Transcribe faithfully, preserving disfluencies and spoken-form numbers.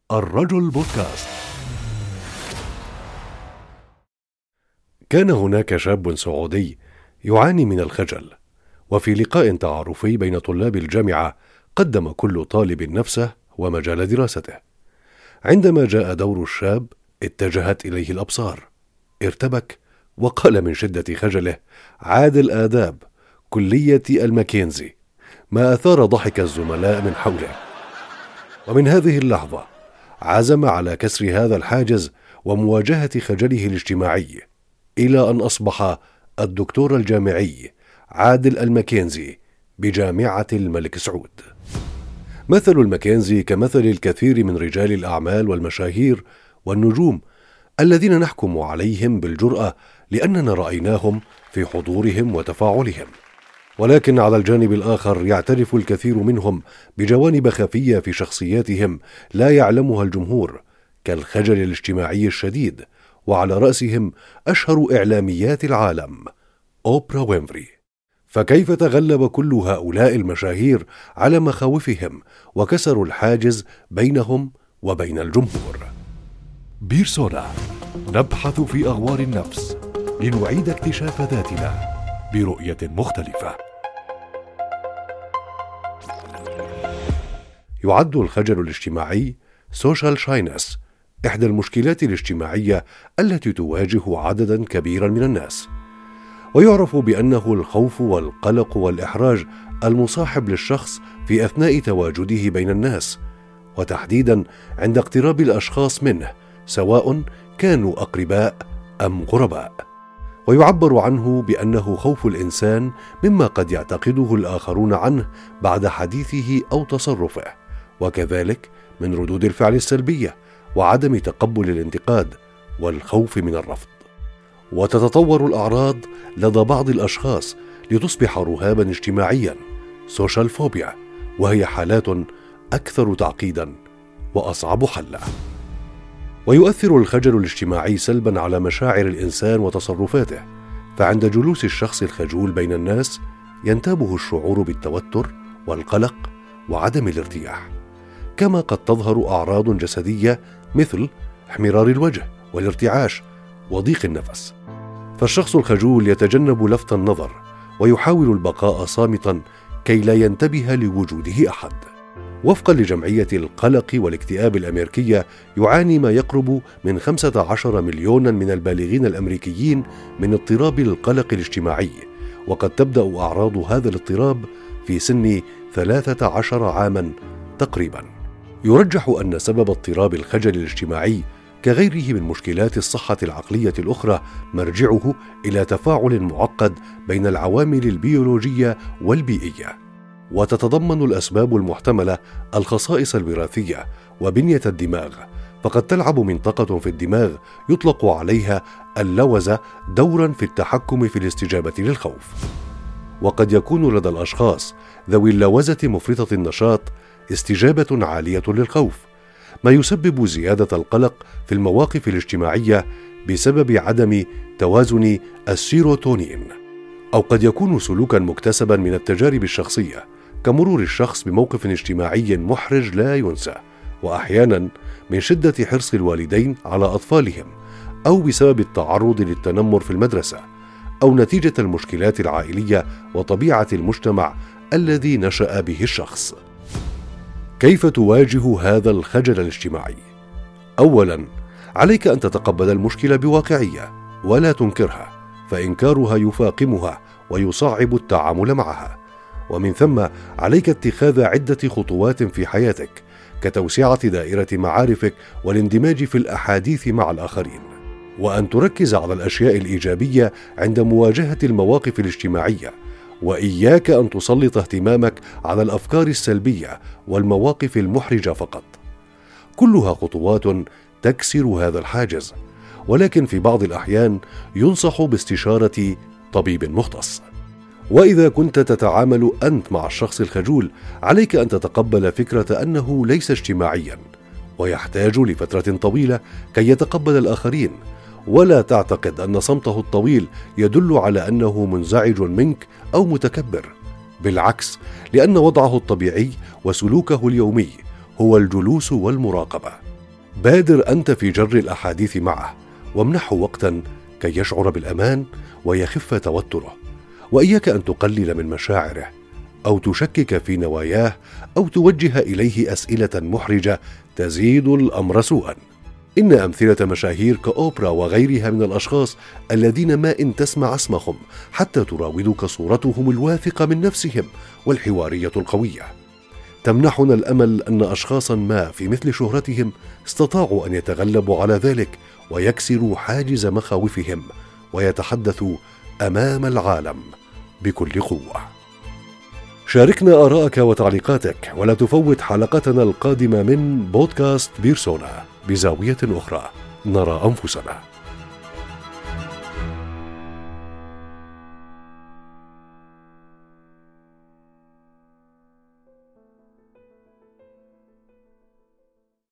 الرجل بودكاست. كان هناك شاب سعودي يعاني من الخجل، وفي لقاء تعارفي بين طلاب الجامعة قدم كل طالب نفسه ومجال دراسته. عندما جاء دور الشاب اتجهت إليه الأبصار، ارتبك وقال من شدة خجله: عاد الآداب، كلية الماكنزي، ما أثار ضحك الزملاء من حوله. ومن هذه اللحظة عزم على كسر هذا الحاجز ومواجهة خجله الاجتماعي، إلى أن أصبح الدكتور الجامعي عادل الماكنزي بجامعة الملك سعود. مثل الماكنزي كمثل الكثير من رجال الأعمال والمشاهير والنجوم الذين نحكم عليهم بالجرأة لأننا رأيناهم في حضورهم وتفاعلهم، ولكن على الجانب الآخر يعترف الكثير منهم بجوانب خفية في شخصياتهم لا يعلمها الجمهور، كالخجل الاجتماعي الشديد، وعلى رأسهم أشهر إعلاميات العالم أوبرا وينفري. فكيف تغلب كل هؤلاء المشاهير على مخاوفهم وكسروا الحاجز بينهم وبين الجمهور؟ بيرسونا، نبحث في أغوار النفس لنعيد اكتشاف ذاتنا برؤية مختلفة. يعد الخجل الاجتماعي سوشيال شاينس إحدى المشكلات الاجتماعية التي تواجه عددا كبيرا من الناس، ويعرف بأنه الخوف والقلق والإحراج المصاحب للشخص في أثناء تواجده بين الناس، وتحديدا عند اقتراب الأشخاص منه سواء كانوا أقرباء أم غرباء. ويعبر عنه بأنه خوف الإنسان مما قد يعتقده الآخرون عنه بعد حديثه أو تصرفه، وكذلك من ردود الفعل السلبية وعدم تقبل الانتقاد والخوف من الرفض. وتتطور الأعراض لدى بعض الأشخاص لتصبح رهابا اجتماعيا، سوشيال فوبيا، وهي حالات أكثر تعقيدا وأصعب حلا. ويؤثر الخجل الاجتماعي سلبا على مشاعر الإنسان وتصرفاته، فعند جلوس الشخص الخجول بين الناس ينتابه الشعور بالتوتر والقلق وعدم الارتياح، كما قد تظهر أعراض جسدية مثل احمرار الوجه والارتعاش وضيق النفس. فالشخص الخجول يتجنب لفت النظر ويحاول البقاء صامتا كي لا ينتبه لوجوده أحد. وفقا لجمعية القلق والاكتئاب الأمريكية، يعاني ما يقرب من خمسة عشر مليونا من البالغين الأمريكيين من اضطراب القلق الاجتماعي، وقد تبدأ أعراض هذا الاضطراب في سن ثلاثة عشر عاما تقريبا. يرجح أن سبب اضطراب الخجل الاجتماعي كغيره من مشكلات الصحة العقلية الأخرى مرجعه إلى تفاعل معقد بين العوامل البيولوجية والبيئية، وتتضمن الأسباب المحتملة الخصائص الوراثية وبنية الدماغ، فقد تلعب منطقة في الدماغ يطلق عليها اللوزة دورا في التحكم في الاستجابة للخوف. وقد يكون لدى الأشخاص ذوي اللوزة مفرطة النشاط استجابة عالية للخوف، ما يسبب زيادة القلق في المواقف الاجتماعية بسبب عدم توازن السيروتونين. أو قد يكون سلوكا مكتسبا من التجارب الشخصية، كمرور الشخص بموقف اجتماعي محرج لا ينسى، وأحيانا من شدة حرص الوالدين على أطفالهم، أو بسبب التعرض للتنمر في المدرسة، أو نتيجة المشكلات العائلية وطبيعة المجتمع الذي نشأ به الشخص. كيف تواجه هذا الخجل الاجتماعي؟ أولا، عليك أن تتقبل المشكلة بواقعية ولا تنكرها، فإنكارها يفاقمها ويصعب التعامل معها. ومن ثم عليك اتخاذ عدة خطوات في حياتك، كتوسعة دائرة معارفك والاندماج في الأحاديث مع الآخرين، وأن تركز على الأشياء الإيجابية عند مواجهة المواقف الاجتماعية، وإياك أن تسلط اهتمامك على الأفكار السلبية والمواقف المحرجة فقط. كلها خطوات تكسر هذا الحاجز، ولكن في بعض الأحيان ينصح باستشارة طبيب مختص. وإذا كنت تتعامل أنت مع الشخص الخجول، عليك أن تتقبل فكرة أنه ليس اجتماعيا ويحتاج لفترة طويلة كي يتقبل الآخرين، ولا تعتقد أن صمته الطويل يدل على أنه منزعج منك أو متكبر. بالعكس، لأن وضعه الطبيعي وسلوكه اليومي هو الجلوس والمراقبة. بادر أنت في جر الأحاديث معه، وامنحه وقتا كي يشعر بالأمان ويخف توتره، وإياك أن تقلل من مشاعره أو تشكك في نواياه أو توجه إليه أسئلة محرجة تزيد الأمر سوءا. إن أمثلة مشاهير كأوبرا وغيرها من الأشخاص الذين ما إن تسمع اسمهم حتى تراودك صورتهم الواثقة من نفسهم والحوارية القوية. تمنحنا الأمل أن أشخاصا ما في مثل شهرتهم استطاعوا أن يتغلبوا على ذلك ويكسروا حاجز مخاوفهم ويتحدثوا أمام العالم بكل قوة. شاركنا آراءك وتعليقاتك، ولا تفوت حلقتنا القادمة من بودكاست بيرسونا بزاوية أخرى نرى أنفسنا.